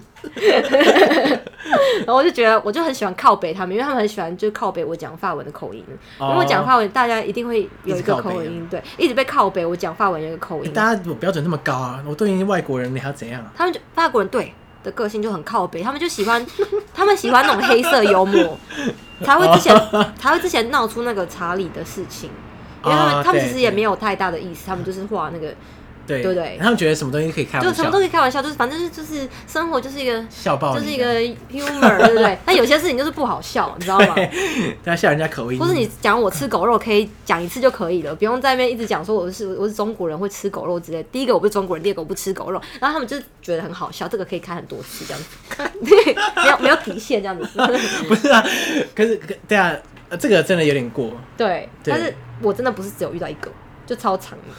然后我就觉得我就很喜欢靠北他们，因为他们很喜欢就靠北我讲法文的口音，因为我讲法文大家一定会有一个口音，对，一直被靠北我讲法文有一个口音、欸、 大家标准那么高啊，我都已经外国人你还要怎样啊？ 他们就法国人对的个性就很靠北，他们就喜欢他们喜欢那种黑色幽默才会之前才会之前闹出那个查理的事情，因为他们、哦、他们其实也没有太大的意思，他们就是画那个对对不对？ 他们觉得什么东西可以开玩笑， 就什么都可以开玩笑，就是反正就是就是生活就是一个笑爆， 就是一个 humor， 对不对？但有些事情就是不好笑，你知道吗？ 他笑人家口音， 或是你讲我吃狗肉可以讲一次就可以了，不用在那边一直讲说我是我是中国人会吃狗肉之类的。第一个我不是中国人，第二个我不吃狗肉，然后他们就觉得很好笑，这个可以开很多次这样子，没有没有底线这样子。 不是啊，可是对啊，这个真的有点过。 对，但是我真的不是只有遇到一个，就超长的。 哈。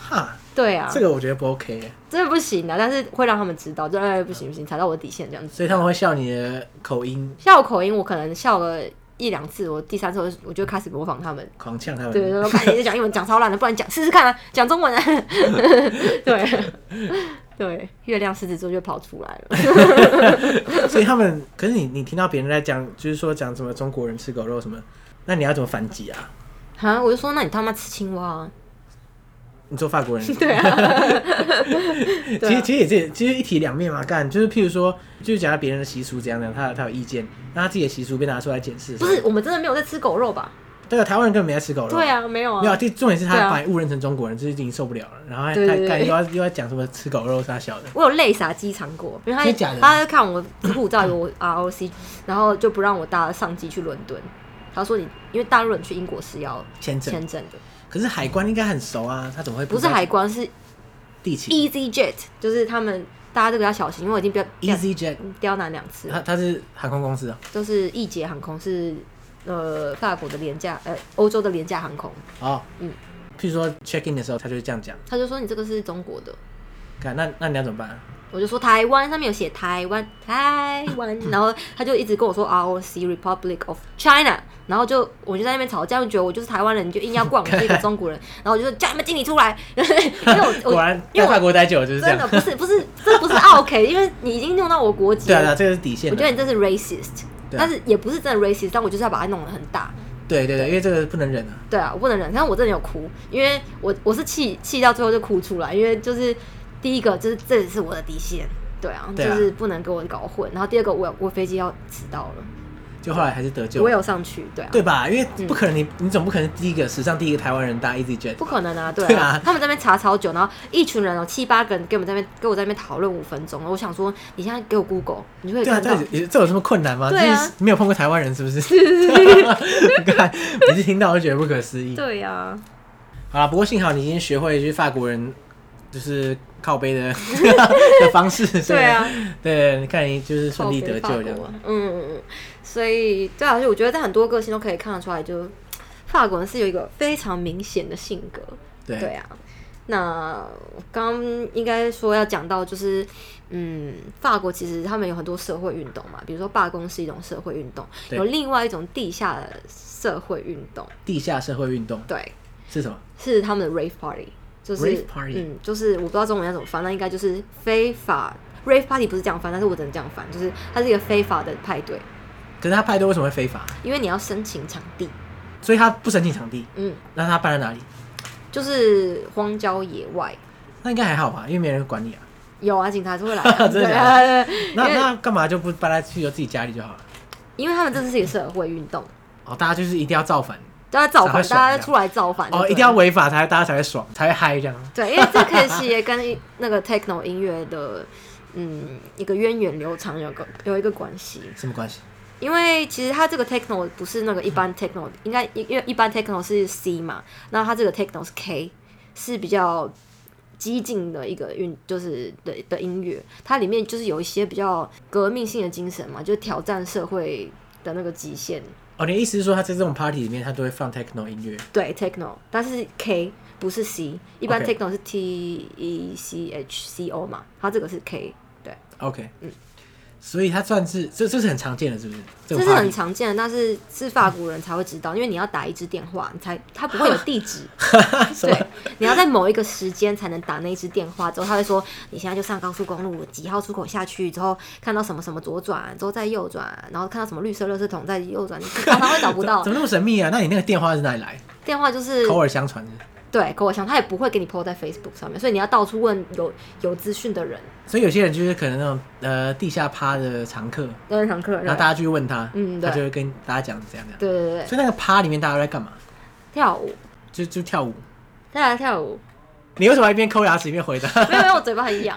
对啊， 这个我觉得不 OK 耶， 真的不行的，但是会让他们知道，就哎不行不行，踩到我的底线这样子。 所以他们会笑你的口音， 笑我口音，我可能笑了一两次，我第三次我就我就开始模仿他们， 狂呛他们。 对，我看你在讲英文讲超烂的，不然讲试试看啊，讲中文啊。对对，月亮狮子座就跑出来了。所以他们，可是你你听到别人在讲，就是说讲什么中国人吃狗肉什么，那你要怎么反击啊？ 哈，我就说那你他妈吃青蛙啊！ 你做法国人， 对啊， 其实其实也是其实一体两面嘛，干就是譬如说，就是讲到别人的习俗怎样怎样，他他有意见，那他自己的习俗被拿出来检视。 不是，我们真的没有在吃狗肉吧？ 对啊，台湾人根本没在吃狗肉。 对啊，没有啊。 没有，重点是他把你误认成中国人，这、啊、就已经受不了了。然后他干又要又要讲什么吃狗肉啥小的。 我有泪洒机场过，因为他他看我护照有 R O C， 然后就不让我搭上机去伦敦。他说你因为大陆人去英国是要签证签证的。 可是海关应该很熟啊，他怎么会 不, 不是海关是地勤 EasyJet， 就是他们大家这个要小心，因为我已经标 EasyJet 刁难两次了。 他他是航空公司啊， 就是易捷航空是呃法国的廉价呃欧洲的廉价航空。 哦，嗯，譬如说 check in 的时候，他就这样讲， 他就说你这个是中国的， 那那你要怎么办、啊？ 我就说台湾，上面有写台湾台湾，然后他就一直跟我说 R O C Republic of China， 然后就我就在那边吵架，就觉得我就是台湾人，你就硬要灌我是一个中国人，然后我就说叫你们经理出来，因为我我果然在法国待久了就是这样， 真的不是不是这不是 OK， 因为你已经用到我国籍了， 对啊，这个是底线， 我觉得你这是 racist，、啊、但是也不是真的 racist， 但我就是要把它弄得很大。 对对对，因为这个不能忍啊。 对啊，我不能忍，但我真的有哭，因为我我是气气到最后就哭出来，因为就是第一个就是这是我的底线。对啊，对啊，就是不能跟我搞混。然后第二个，我我飞机要迟到了， 就后来还是得救。 我有上去，对啊， 对吧？因为不可能你，你、嗯、总不可能第一个史上第一个台湾人搭 EasyJet， 不可能啊，对啊。 对啊， 他们在那边查超久，然后一群人哦，七八个人跟我们在那边跟我在那边讨论五分钟。我想说，你现在给我 Google， 你就可以看到。 对啊，这有这么困难吗？ 对啊， 就是没有碰过台湾人是不是？看每次听到我就觉得不可思议。 对呀、啊。 好啦，不过幸好你已经学会就是法国人。就是靠背的的方式， 对啊， 对，你看你就是顺利得救这样， 嗯嗯嗯，所以对啊，我觉得在很多个性都可以看得出来，就法国人是有一个非常明显的性格，对对啊。那刚刚应该说要讲到就是，嗯，法国其实他们有很多社会运动嘛，比如说罢工是一种社会运动，有另外一种地下的社会运动， 地下社会运动， 对， 是什么？ 是他们的 rave party。就是 rave party， 嗯，就是我不知道中文要怎么翻，那应该就是非法 rave party 不是这样翻，但是我只能这样翻，就是它是一个非法的派对。 可是他派对为什么会非法？ 因为你要申请场地， 所以他不申请场地。 嗯， 那他办在哪里？就是荒郊野外。 那应该还好吧，因为没人管你啊。 有啊，警察是会来、啊。 真的假的？那那干嘛就不搬来去自己家里就好了？ 因为他们这是一个社会运动。 哦，大家就是一定要造反。 大家造反，大家出来造反哦，一定要违法才大家才会爽，才会嗨这样。 对，因为这可以也跟那个 techno 音乐的嗯一个源远流长有个有一个关系。 什么关系？ 因为其实它这个 techno 不是那个一般 techno， 应该因为一般 techno 是 C 嘛，那它这个 techno 是 K， 是比较激进的一个运，就是的的音乐，它里面就是有一些比较革命性的精神嘛，就挑战社会的那个极限。 哦，你的意思是说，他在这种 party 里面，他都会放 techno 音乐？ 对 ，techno， 但是 K 不是 C， 一般 techno 是 T E C H C O 嘛，它这个是 K， 对。 OK， 嗯，所以它算是这这是很常见的，是不是？这, 这是很常见的，但是是法国人才会知道，因为你要打一支电话，你才它不会有地址，对，你要在某一个时间才能打那一支电话，之后他会说你现在就上高速公路几号出口下去，之后看到什么什么左转，之后再右转，然后看到什么绿色垃圾桶再右转，你常常会找不到。 怎么那么神秘啊？那你那个电话是哪里来？ 电话就是口耳相传的。 对，口耳相传，他也不会给你 po 在 Facebook 上面，所以你要到处问有有资讯的人。 所以有些人就是可能那种呃地下趴的常客， 对常客， 然后大家就去问他， 嗯， 他就会跟大家讲怎样怎样。 对对对。 所以那个趴里面大家都在干嘛？ 跳舞。 就就跳舞。 大家跳舞。 你为什么一边抠牙齿一边回答？ 没有，因为我嘴巴很痒。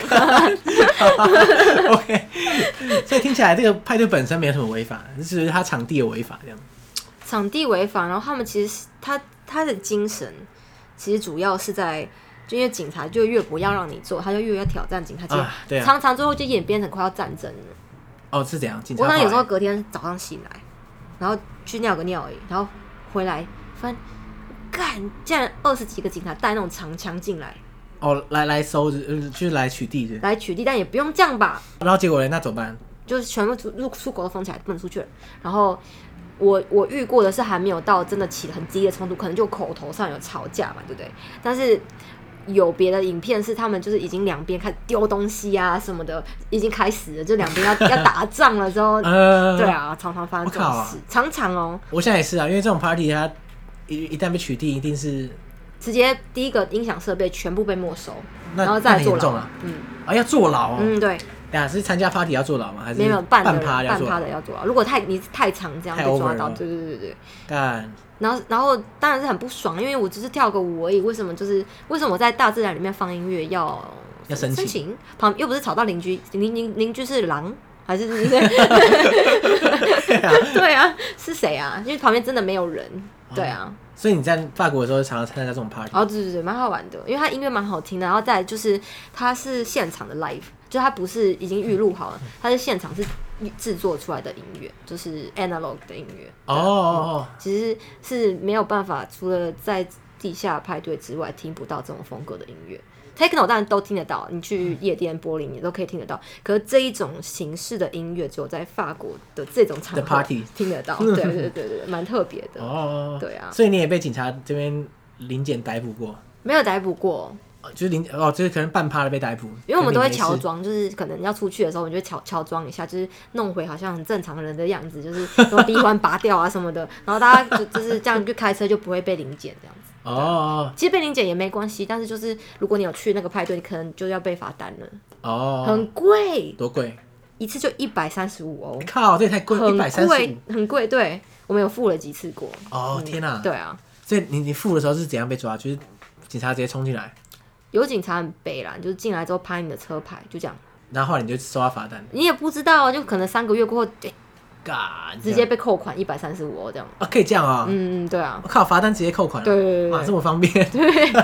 OK， 所以听起来这个派对本身没有什么违法，只是他场地有违法这样。 场地违法，然后他们其实他他的精神。其实主要是在，就因为警察就越不要让你做，他就越要挑战警察， 啊对啊、 常常最后就演变成快要战争了。 哦，是怎样？警察我常有时候隔天早上醒来，然后去尿个尿而已，然后回来发现，干，竟然二十几个警察带那种长枪进来， 哦，来来收，呃就是来取缔的。 来取缔，但也不用这样吧。 然后结果呢？那怎么办？ 就是全部出入出口都封起来，不能出去了。然后我我遇过的是还没有到真的起了很激烈的冲突，可能就口头上有吵架嘛，对不对？但是有别的影片是他们就是已经两边开始丢东西啊什么的，已经开始了，就两边要要打仗了之后，呃、对啊，常常发生这种事，啊、常常哦。 我现在也是啊，因为这种 party 它一一旦被取缔，一定是直接第一个音响设备全部被没收，然后再来坐牢啊， 嗯，啊要坐牢哦， 嗯对。 呀，是参加 party 要坐牢吗？还是没有半半趴半趴的要坐牢？如果太你太常这样被抓到，对对对对。 干。 然后然后当然是很不爽，因为我只是跳个舞而已，为什么就是为什么我在大自然里面放音乐要要申请？ 旁又不是吵到邻居，邻邻邻居是狼还是？对啊，是谁啊？因为旁边真的没有人，对啊。 所以你在法国的时候常常参加这种 party？ 哦，对对对，蛮好玩的，因为它音乐蛮好听的，然后再来就是它是现场的 live。就它不是已经预录好了，它是现场是制作出来的音乐，就是 analog 的音乐。 哦哦， 其实是没有办法，除了在地下派对之外，听不到这种风格的音乐。Techno 当然都听得到，你去夜店、柏林你都可以听得到。可是这一种形式的音乐，只有在法国的这种场合听得到。对对对对，蛮特别的。哦，对啊。 所以你也被警察这边临检逮捕过？ 没有逮捕过。 就是零哦，就是可能半趴的被逮捕， 因为我们都会乔装，就是可能要出去的时候，我们就会乔乔装一下，就是弄回好像很正常人的样子，就是什么鼻环拔掉啊什么的，然后大家就就是这样就开车就不会被临检这样子。哦，其实被临检也没关系，但是就是如果你有去那个派对，你可能就要被罚单了。哦，很贵， 多贵？ 一次就一百三十五欧。 靠，这也太贵，一百三十五， 很贵。对，我们有付了几次过。 哦，嗯、天哪、啊！ 对啊， 所以你你付的时候是怎样被抓？就是警察直接冲进来。 有警察很北啦，就是进来之后拍你的车牌，就这样。 然后后来你就收到罚单， 你也不知道啊，就可能三个月过后，欸、 God, 直接被扣款一百三十五欧这样。 啊，可以这样啊、喔？ 嗯，对啊。 我靠，罚单直接扣款、啊， 对对对对， 哇，这么方便。 对。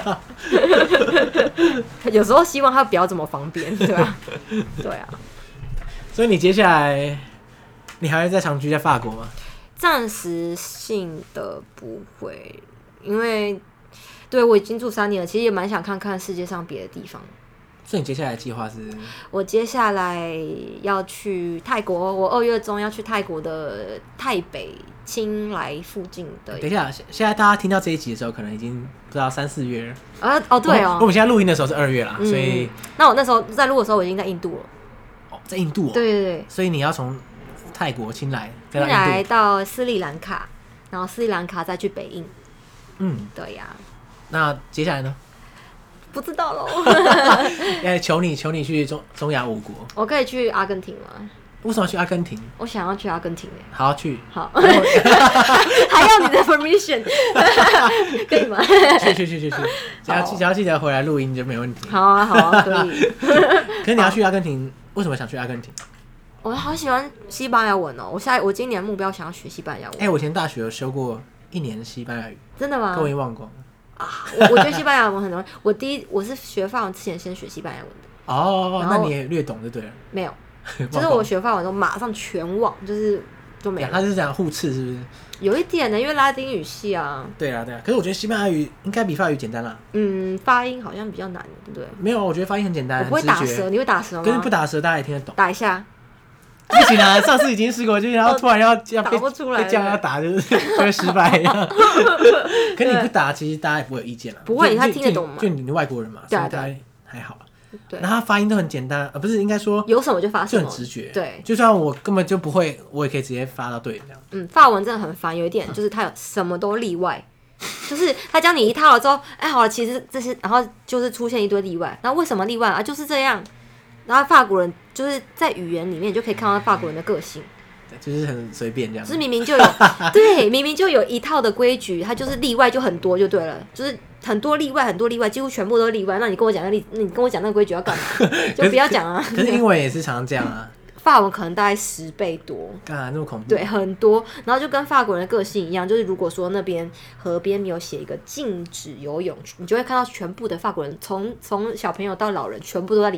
有时候希望他不要这么方便，对吧、啊？对啊。 所以你接下来，你还会再长居在法国吗？ 暂时性的不会，因为。对，我已经住三年了，其实也蛮想看看世界上别的地方。 所以你接下来的计划是？ 我接下来要去泰国，我二月中要去泰国的泰北、清莱附近的。 等一下，现在大家听到这一集的时候，可能已经不知道三四月了。 啊哦，对哦， 我们现在录音的时候是二月啦，嗯、所以那我那时候在录的时候，我已经在印度了。 哦，在印度、哦。 对对对。 所以你要从泰国清莱再到印度，清莱到斯里兰卡，然后斯里兰卡再去北印。嗯，对呀、啊。 那接下来呢？ 不知道喽。 哎，求你，求你去中中亚五国。 我可以去阿根廷吗？ 为什么要去阿根廷？ 我想要去阿根廷耶。 好，去。 好。还要你的 permission？ 可以吗？ 去去去去去，只要只要记得回来录音就没问题。 好啊，好啊，可以。 可是你要去阿根廷，为什么想去阿根廷？ 我好喜欢西班牙文哦！我下我今年目标想要学西班牙文。 哎、欸，我以前大学有修过一年西班牙语。 真的吗？ 可我已经忘光。 啊，我我觉得西班牙文很容易。我第一我是学法文之前先学西班牙文的。 哦，那你也略懂就对了。 没有，就是我学法文之后马上全忘，就是就没了。 他是这样互斥是不是？ 有一点呢，因为拉丁语系啊。 对啊对啊，可是我觉得西班牙语应该比法语简单啦。 嗯，发音好像比较难，对不对？ 没有，我觉得发音很简单。 我不会打舌，你会打舌吗？ 可是不打舌大家也听得懂。 打一下。 不行啊！上次已经试过，就然后突然要要打不出来， 被这样要打，就是就会失败一样。可你不打，其实大家也不会有意见了。 不会，他听得懂吗？ 就你外国人嘛，所以大家还好。 对， 然后他发音都很简单，呃，不是应该说有什么就发什么， 就很直觉。 对， 就算我根本就不会，我也可以直接发到对这样。 嗯，法文真的很烦，有一点就是他有什么都例外，就是他教你一套了之后，哎，好了，其实这些，然后就是出现一堆例外，然后为什么例外啊？就是这样。然后法国人就是在语言里面，你就可以看到法国人的个性， 就是很随便这样。 就是明明就有对，明明就有一套的规矩，它就是例外就很多就对了，就是很多例外，很多例外，几乎全部都是例外。那你跟我讲那例，你跟我讲那个规矩要干嘛？就不要讲啊。 可是英文也是常常这样啊。 法文可能大概十倍多， 干嘛那么恐怖？ 对，很多。然后就跟法国人的个性一样，就是如果说那边河边没有写一个禁止游泳，你就会看到全部的法国人，从从小朋友到老人，全部都在里面。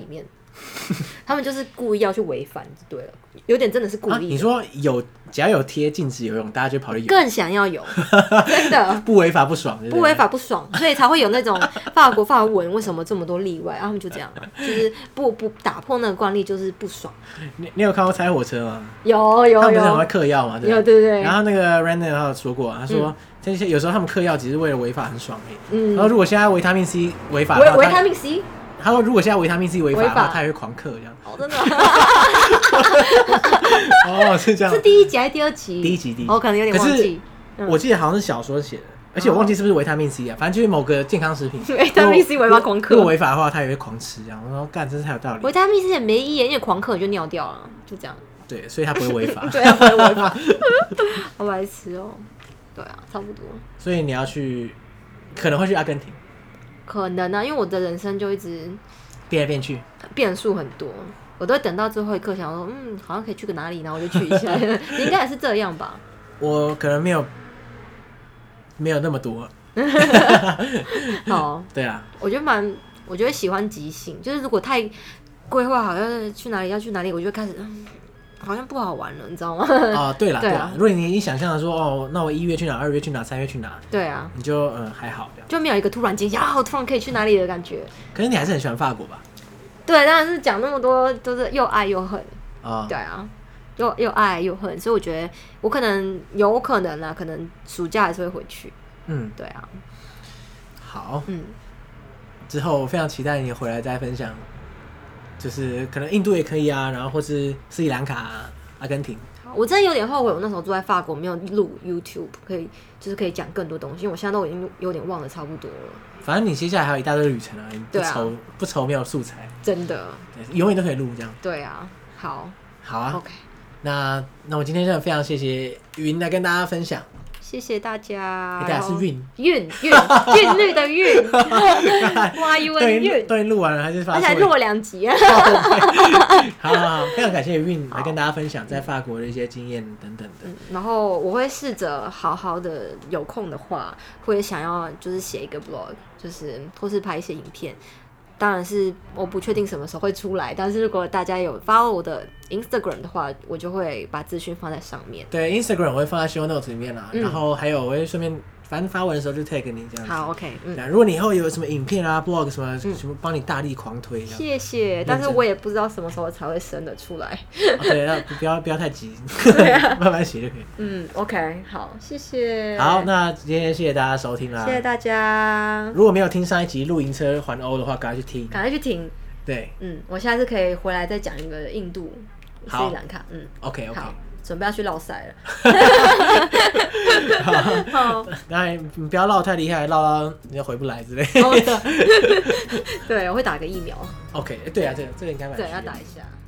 他们就是故意要去违反，就对了，有点真的是故意的、啊。 你说有，只要有贴禁止游泳，大家就跑去游， 更想要游，真的不违法不爽， 不违法不爽，所以才会有那种法国法文为什么这么多例外，啊、他们就这样，就是不不打破那个惯例，就是不爽。 你你有看过拆火车吗？ 有有有， 他们不是很会嗑药嘛？ 有对对。 然后那个 Randall 他有说过，他说。嗯这些有时候他们嗑药只是为了违法很爽而已。嗯，然后如果现在维他命 C 违法， 维维他命 C， 他说如果现在维他命 C 违法的话，他也会狂嗑这样。 哦，真的。 哦，是这样。 是第一集还是第二集？ 第一集，第一集。 我、哦、可能有点忘记。 嗯、我记得好像是小说写的，而且我忘记是不是维他命 C 啊，反正就是某个健康食品。 维他命 C 违法狂嗑。 如果违法的话，他也会狂吃这样。我说干，真是太有道理。 维他命 C 也没意义，因为狂嗑你就尿掉了，就这样。 对，所以他不会违法。 对，他不会违法。好白痴哦。对啊，差不多。所以你要去，可能会去阿根廷。 可能啊，因为我的人生就一直变来变去， 变数很多，我都会等到最后一刻，想说，嗯，好像可以去个哪里，然后我就去一下。你应该也是这样吧？ 我可能没有，没有那么多。 好， 对啊， 我觉得蛮，我觉得喜欢即兴，就是如果太规划好要去哪里要去哪里，我就开始。嗯好像不好玩了，你知道吗？ 哦，对啦，对啦。如果你你想象的说，哦，那我一月去哪，二月去哪，三月去哪？ 对啊， 你就嗯还好这样， 就没有一个突然惊喜啊，我突然可以去哪里的感觉。 可是你还是很喜欢法国吧？ 对，当然是讲那么多都是又爱又恨啊、哦。 对啊，又又爱又恨，所以我觉得我可能有可能啦，可能暑假还是会回去。嗯，对啊。 好，嗯，之后我非常期待你回来再分享。就是可能印度也可以啊，然后或是斯里兰卡、啊、阿根廷。 我真的有点后悔，我那时候住在法国没有录 YouTube， 可以就是可以讲更多东西，因为我现在都已经有点忘得差不多了。 反正你接下来还有一大堆旅程啊，你不愁、啊、不愁没有素材， 真的， 永远都可以录这样。 对啊，好， 好啊 ，OK。 那那我今天真的非常谢谢云来跟大家分享。 谢谢大家。 大家是韵韵韵韵律的韵，哇，韵韵对，录完了还是发， 而且还录了两集啊。 好好好，非常感谢韵来跟大家分享在法国的一些经验等等的。 嗯、然后我会试着好好的，有空的话会想要就是写一个 blog， 就是或是拍一些影片。当然是我不确定什么时候会出来，但是如果大家有 follow 我的 Instagram 的话，我就会把资讯放在上面。 对 Instagram 我会放在 show notes 里面啦、嗯，然后还有我会顺便反正发文的时候就 tag 你这样子。 好 OK， 嗯， 如果你以后有什么影片啊 blog 什么、嗯、什么帮你大力狂推， 谢谢。但是我也不知道什么时候才会生得出来。 哦、对，要不要不要太急，啊、慢慢写就可以。 嗯 OK， 好，谢谢。 好，那今天谢谢大家收听啦， 谢谢大家。 如果没有听上一集露营车环欧的话，赶快去听， 赶快去听。对，嗯，我下次可以回来再讲一个印度斯里兰卡。嗯 ，OK OK， 好，准备要去绕赛了。 好，当然你不要绕太厉害，绕到你又回不来之类的。 对，我会打个疫苗。 OK， 对啊，这个这个应该蛮对，要打一下。